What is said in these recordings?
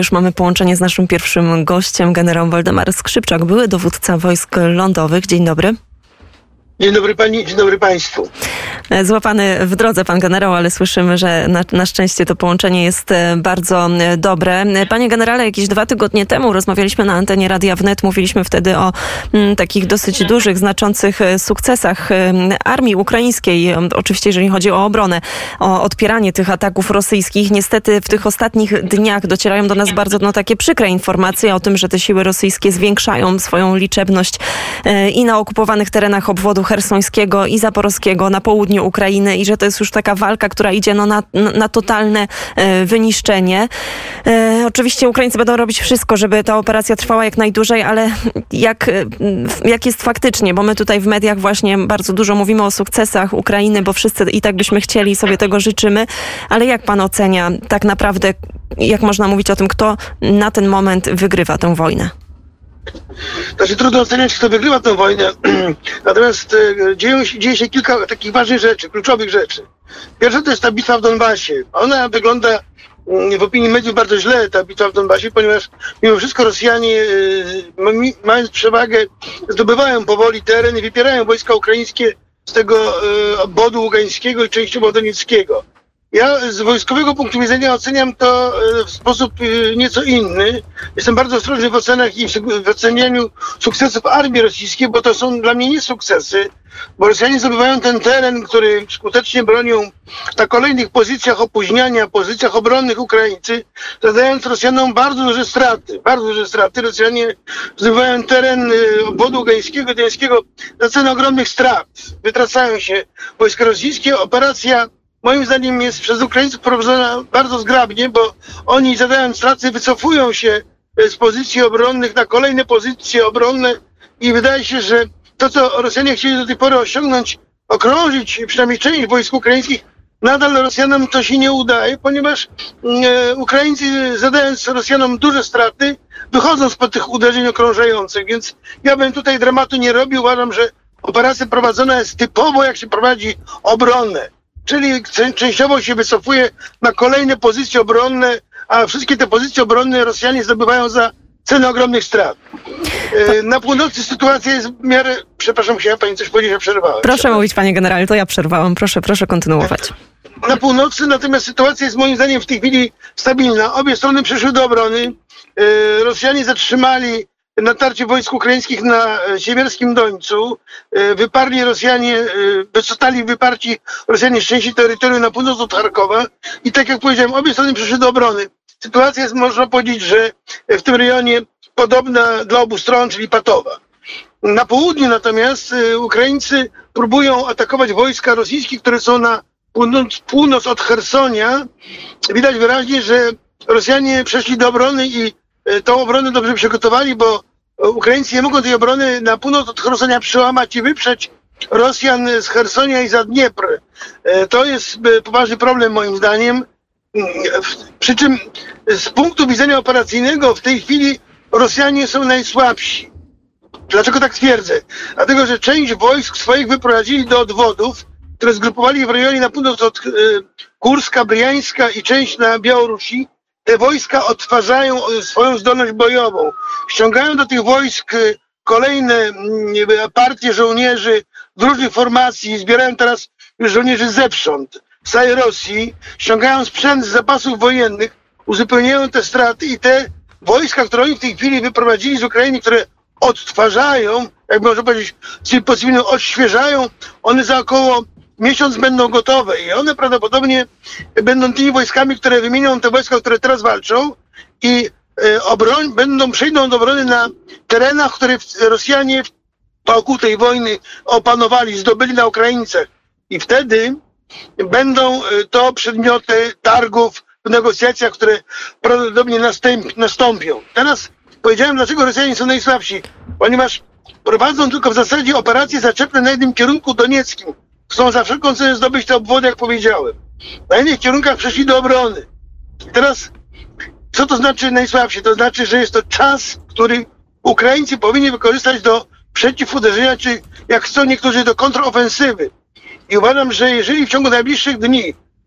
Już mamy połączenie z naszym pierwszym gościem, generał Waldemar Skrzypczak, były dowódca wojsk lądowych. Dzień dobry. Dzień dobry pani, dzień dobry państwu. Złapany w drodze pan generał, ale słyszymy, że na szczęście to połączenie jest bardzo dobre. Panie generale, jakieś 2 tygodnie temu rozmawialiśmy na antenie Radia Wnet. Mówiliśmy wtedy o takich dosyć dużych, znaczących sukcesach armii ukraińskiej. Oczywiście, jeżeli chodzi o obronę, o odpieranie tych ataków rosyjskich. Niestety w tych ostatnich dniach docierają do nas bardzo takie przykre informacje o tym, że te siły rosyjskie zwiększają swoją liczebność i na okupowanych terenach obwodu chersońskiego i zaporowskiego na południu Ukrainy i że to jest już taka walka, która idzie na totalne wyniszczenie. Oczywiście Ukraińcy będą robić wszystko, żeby ta operacja trwała jak najdłużej, ale jak jest faktycznie? Bo my tutaj w mediach właśnie bardzo dużo mówimy o sukcesach Ukrainy, bo wszyscy i tak byśmy chcieli, sobie tego życzymy, ale jak pan ocenia tak naprawdę, jak można mówić o tym, kto na ten moment wygrywa tę wojnę? Znaczy trudno oceniać, kto wygrywa tę wojnę, natomiast dzieje się kilka takich ważnych rzeczy, kluczowych rzeczy. Pierwsza to jest ta bitwa w Donbasie. Ona wygląda w opinii mediów bardzo źle, ta bitwa w Donbasie, ponieważ mimo wszystko Rosjanie, mając przewagę, zdobywają powoli teren i wypierają wojska ukraińskie z tego obwodu ługańskiego i częściowo donieckiego. Ja z wojskowego punktu widzenia oceniam to w sposób nieco inny. Jestem bardzo ostrożny w ocenach i w ocenianiu sukcesów armii rosyjskiej, bo to są dla mnie nie sukcesy, bo Rosjanie zdobywają ten teren, który skutecznie bronią na kolejnych pozycjach opóźniania, pozycjach obronnych Ukraińcy, zadając Rosjanom bardzo duże straty. Bardzo duże straty. Rosjanie zdobywają teren obwodu ługańskiego, donieckego za cenę ogromnych strat. Wytracają się wojska rosyjskie. Operacja moim zdaniem jest przez Ukraińców prowadzona bardzo zgrabnie, bo oni zadając straty wycofują się z pozycji obronnych na kolejne pozycje obronne i wydaje się, że to, co Rosjanie chcieli do tej pory osiągnąć, okrążyć przynajmniej część wojsk ukraińskich, nadal Rosjanom to się nie udaje, ponieważ Ukraińcy zadając Rosjanom duże straty, wychodzą spod tych uderzeń okrążających, więc ja bym tutaj dramatu nie robił. Uważam, że operacja prowadzona jest typowo jak się prowadzi obronę. Czyli częściowo się wycofuje na kolejne pozycje obronne, a wszystkie te pozycje obronne Rosjanie zdobywają za cenę ogromnych strat. Na północy sytuacja jest w miarę... Przepraszam, chciała pani coś powiedzieć, ja przerwałem. Proszę mówić, panie generale, to ja przerwałam. Proszę kontynuować. Na północy natomiast sytuacja jest moim zdaniem w tej chwili stabilna. Obie strony przeszły do obrony. Rosjanie zatrzymali natarcie wojsk ukraińskich na siewierskim Dońcu. Zostali wyparci Rosjanie z części terytorium na północ od Charkowa i tak jak powiedziałem, obie strony przeszły do obrony. Sytuacja jest, można powiedzieć, że w tym rejonie podobna dla obu stron, czyli patowa. Na południu natomiast Ukraińcy próbują atakować wojska rosyjskie, które są na północ od Chersonia. Widać wyraźnie, że Rosjanie przeszli do obrony i tą obronę dobrze przygotowali, bo Ukraińcy nie mogą tej obrony na północ od Chersonia przełamać i wyprzeć Rosjan z Chersonia i za Dniepr. To jest poważny problem moim zdaniem. Przy czym z punktu widzenia operacyjnego w tej chwili Rosjanie są najsłabsi. Dlaczego tak twierdzę? Dlatego, że część wojsk swoich wyprowadzili do odwodów, które zgrupowali w rejonie na północ od Kurska, Briańska i część na Białorusi. Te wojska odtwarzają swoją zdolność bojową. Ściągają do tych wojsk kolejne partie żołnierzy z różnych formacji. Zbierają teraz już żołnierzy zewsząd, z całej Rosji. Ściągają sprzęt z zapasów wojennych, uzupełniają te straty i te wojska, które oni w tej chwili wyprowadzili z Ukrainy, które odtwarzają, jak można powiedzieć, po cywilnym odświeżają, one za około miesiąc będą gotowe i one prawdopodobnie będą tymi wojskami, które wymienią te wojska, które teraz walczą i przejdą do obrony na terenach, które Rosjanie w toku tej wojny opanowali, zdobyli na Ukraińcach. I wtedy będą to przedmioty targów w negocjacjach, które prawdopodobnie nastąpią. Teraz powiedziałem, dlaczego Rosjanie są najsłabsi. Ponieważ prowadzą tylko w zasadzie operacje zaczepne na jednym kierunku donieckim. Chcą za wszelką cenę zdobyć te obwody, jak powiedziałem. Na innych kierunkach przeszli do obrony. I teraz, co to znaczy najsłabsi? To znaczy, że jest to czas, który Ukraińcy powinni wykorzystać do przeciwuderzenia, czy jak chcą niektórzy do kontrofensywy. I uważam, że jeżeli w ciągu najbliższych dni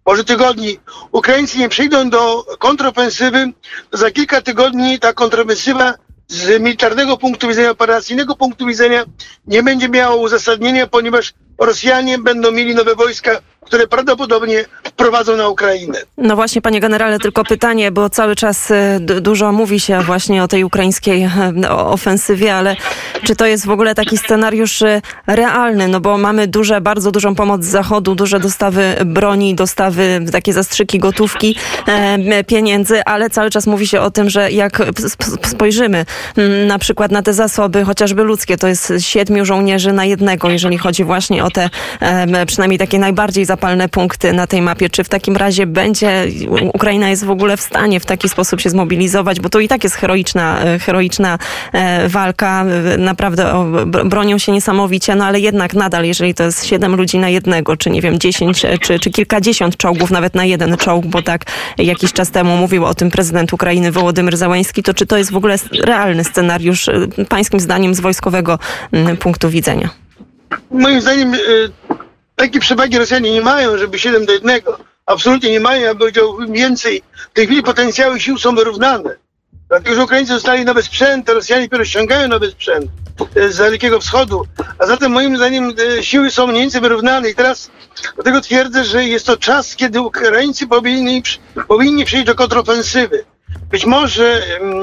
może tygodni, Ukraińcy nie przejdą do kontrofensywy, to za kilka tygodni ta kontrofensywa z militarnego punktu widzenia, operacyjnego punktu widzenia nie będzie miała uzasadnienia, ponieważ Rosjanie będą mieli nowe wojska, które prawdopodobnie wprowadzą na Ukrainę. No właśnie, panie generale, tylko pytanie, bo cały czas dużo mówi się właśnie o tej ukraińskiej ofensywie, ale czy to jest w ogóle taki scenariusz realny? No bo mamy bardzo dużą pomoc z Zachodu, duże dostawy broni, dostawy, takie zastrzyki, gotówki, pieniędzy, ale cały czas mówi się o tym, że jak spojrzymy na przykład na te zasoby, chociażby ludzkie, to jest 7 żołnierzy na jednego, jeżeli chodzi właśnie o te przynajmniej takie najbardziej zapalne punkty na tej mapie. Czy w takim razie Ukraina jest w ogóle w stanie w taki sposób się zmobilizować, bo to i tak jest heroiczna walka, naprawdę bronią się niesamowicie, no ale jednak nadal, jeżeli to jest 7 ludzi na jednego, czy nie wiem, 10, czy kilkadziesiąt czołgów nawet na jeden czołg, bo tak jakiś czas temu mówił o tym prezydent Ukrainy Wołodymyr Zełański, to czy to jest w ogóle realny scenariusz, pańskim zdaniem, z wojskowego punktu widzenia? Moim zdaniem takiej przewagi Rosjanie nie mają, żeby 7 do 1. Absolutnie nie mają, ja powiedziałbym więcej. W tej chwili potencjały sił są wyrównane. Dlatego, że Ukraińcy dostali nowy sprzęt, a Rosjanie dopiero ściągają nowy sprzęt z Dalekiego Wschodu. A zatem moim zdaniem siły są mniej więcej wyrównane. I teraz dlatego twierdzę, że jest to czas, kiedy Ukraińcy powinni przejść do kontrofensywy. Być może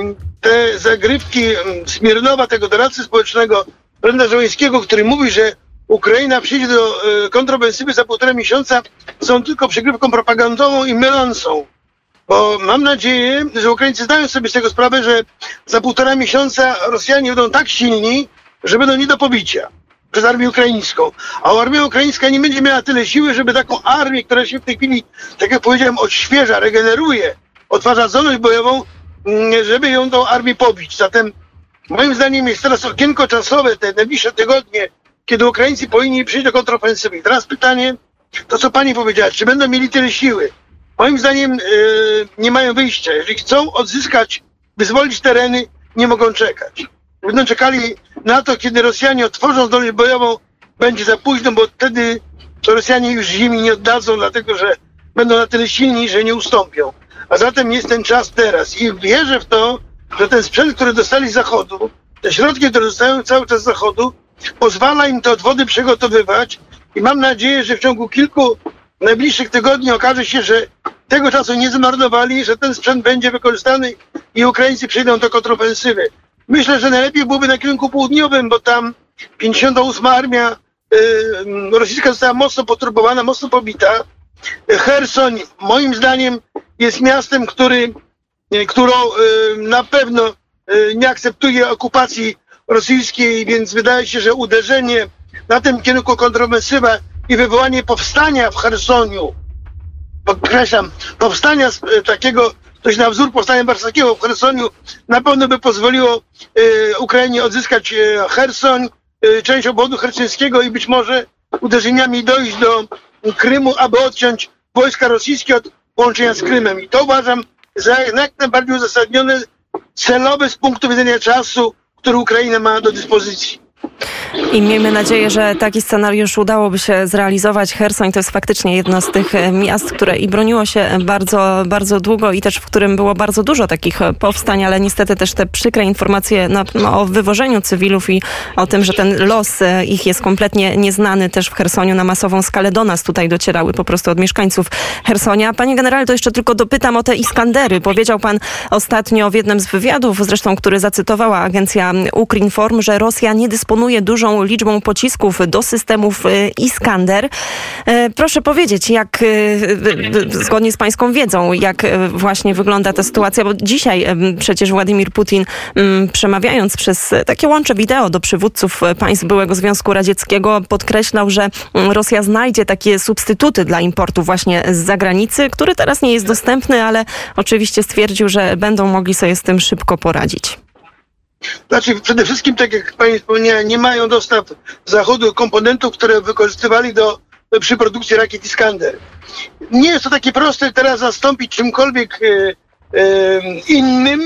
te zagrywki Smirnowa, tego doradcy społecznego, prezydenta Zełańskiego, który mówi, że Ukraina przyjdzie do kontrofensywy za 1,5 miesiąca, są tylko przygrywką propagandową i mylącą. Bo mam nadzieję, że Ukraińcy zdają sobie z tego sprawę, że za 1,5 miesiąca Rosjanie będą tak silni, że będą nie do pobicia przez armię ukraińską. A armia ukraińska nie będzie miała tyle siły, żeby taką armię, która się w tej chwili, tak jak powiedziałem, odświeża, regeneruje, odtwarza zdolność bojową, żeby ją tą armię pobić. Zatem moim zdaniem jest teraz okienko czasowe, te najbliższe tygodnie, kiedy Ukraińcy powinni przyjść do kontrofensywy. I teraz pytanie, to co pani powiedziała, czy będą mieli tyle siły? Moim zdaniem nie mają wyjścia. Jeżeli chcą wyzwolić tereny, nie mogą czekać. Będą czekali na to, kiedy Rosjanie otworzą zdolność bojową, będzie za późno, bo wtedy to Rosjanie już ziemi nie oddadzą, dlatego że będą na tyle silni, że nie ustąpią. A zatem jest ten czas teraz. I wierzę w to, że ten sprzęt, który dostali z Zachodu, te środki, które dostają cały czas z Zachodu, pozwala im te odwody przygotowywać i mam nadzieję, że w ciągu kilku najbliższych tygodni okaże się, że tego czasu nie zmarnowali, że ten sprzęt będzie wykorzystany i Ukraińcy przyjdą do kontrofensywy. Myślę, że najlepiej byłoby na kierunku południowym, bo tam 58. Armia rosyjska została mocno poturbowana, mocno pobita. Cherson moim zdaniem jest miastem, które na pewno nie akceptuje okupacji rosyjskiej, więc wydaje się, że uderzenie na tym kierunku kontrofensywa i wywołanie powstania w Chersoniu, podkreślam, powstania takiego, coś na wzór powstania warszawskiego w Chersoniu, na pewno by pozwoliło Ukrainie odzyskać Cherson, część obwodu chersońskiego i być może uderzeniami dojść do Krymu, aby odciąć wojska rosyjskie od połączenia z Krymem. I to uważam za jak najbardziej uzasadnione, celowe z punktu widzenia czasu, który Ukraina ma do dyspozycji. I miejmy nadzieję, że taki scenariusz udałoby się zrealizować. Cherson to jest faktycznie jedno z tych miast, które i broniło się bardzo, bardzo długo i też w którym było bardzo dużo takich powstań, ale niestety też te przykre informacje o wywożeniu cywilów i o tym, że ten los ich jest kompletnie nieznany też w Chersoniu na masową skalę do nas tutaj docierały po prostu od mieszkańców Chersonia. Panie generale, to jeszcze tylko dopytam o te Iskandery. Powiedział pan ostatnio w jednym z wywiadów, zresztą który zacytowała agencja Ukrinform, że Rosja nie dysponuje dużą liczbą pocisków do systemów Iskander. Proszę powiedzieć, jak zgodnie z pańską wiedzą, jak właśnie wygląda ta sytuacja, bo dzisiaj przecież Władimir Putin, przemawiając przez takie łącze wideo do przywódców państw byłego Związku Radzieckiego, podkreślał, że Rosja znajdzie takie substytuty dla importu właśnie z zagranicy, który teraz nie jest dostępny, ale oczywiście stwierdził, że będą mogli sobie z tym szybko poradzić. Znaczy, przede wszystkim, tak jak pani wspomniała, nie mają dostaw z Zachodu komponentów, które wykorzystywali przy produkcji rakiet Iskander. Nie jest to takie proste teraz zastąpić czymkolwiek innym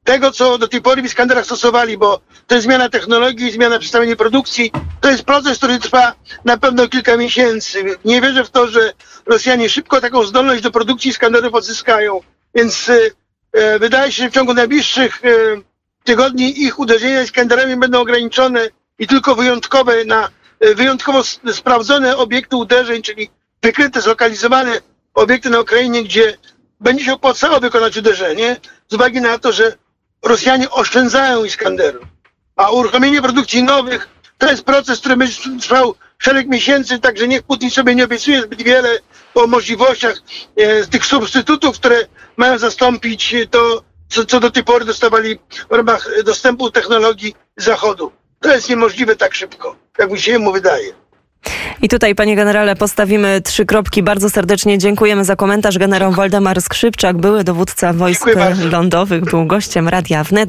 tego, co do tej pory w Iskanderach stosowali, bo to jest zmiana technologii, zmiana przestawienia produkcji. To jest proces, który trwa na pewno kilka miesięcy. Nie wierzę w to, że Rosjanie szybko taką zdolność do produkcji Iskanderów odzyskają. Więc wydaje się, że w ciągu najbliższych tygodni ich uderzenia Iskanderami będą ograniczone i tylko wyjątkowe na wyjątkowo sprawdzone obiekty uderzeń, czyli wykryte, zlokalizowane obiekty na Ukrainie, gdzie będzie się opłacało wykonać uderzenie, z uwagi na to, że Rosjanie oszczędzają Iskanderów. A uruchomienie produkcji nowych to jest proces, który będzie trwał szereg miesięcy, także niech Putin sobie nie obiecuje zbyt wiele o możliwościach tych substytutów, które mają zastąpić to, co do tej pory dostawali w ramach dostępu technologii Zachodu. To jest niemożliwe tak szybko, jak mi się mu wydaje. I tutaj, panie generale, postawimy 3 kropki. Bardzo serdecznie dziękujemy za komentarz. Generał Waldemar Skrzypczak, były dowódca wojsk lądowych, był gościem Radia Wnet.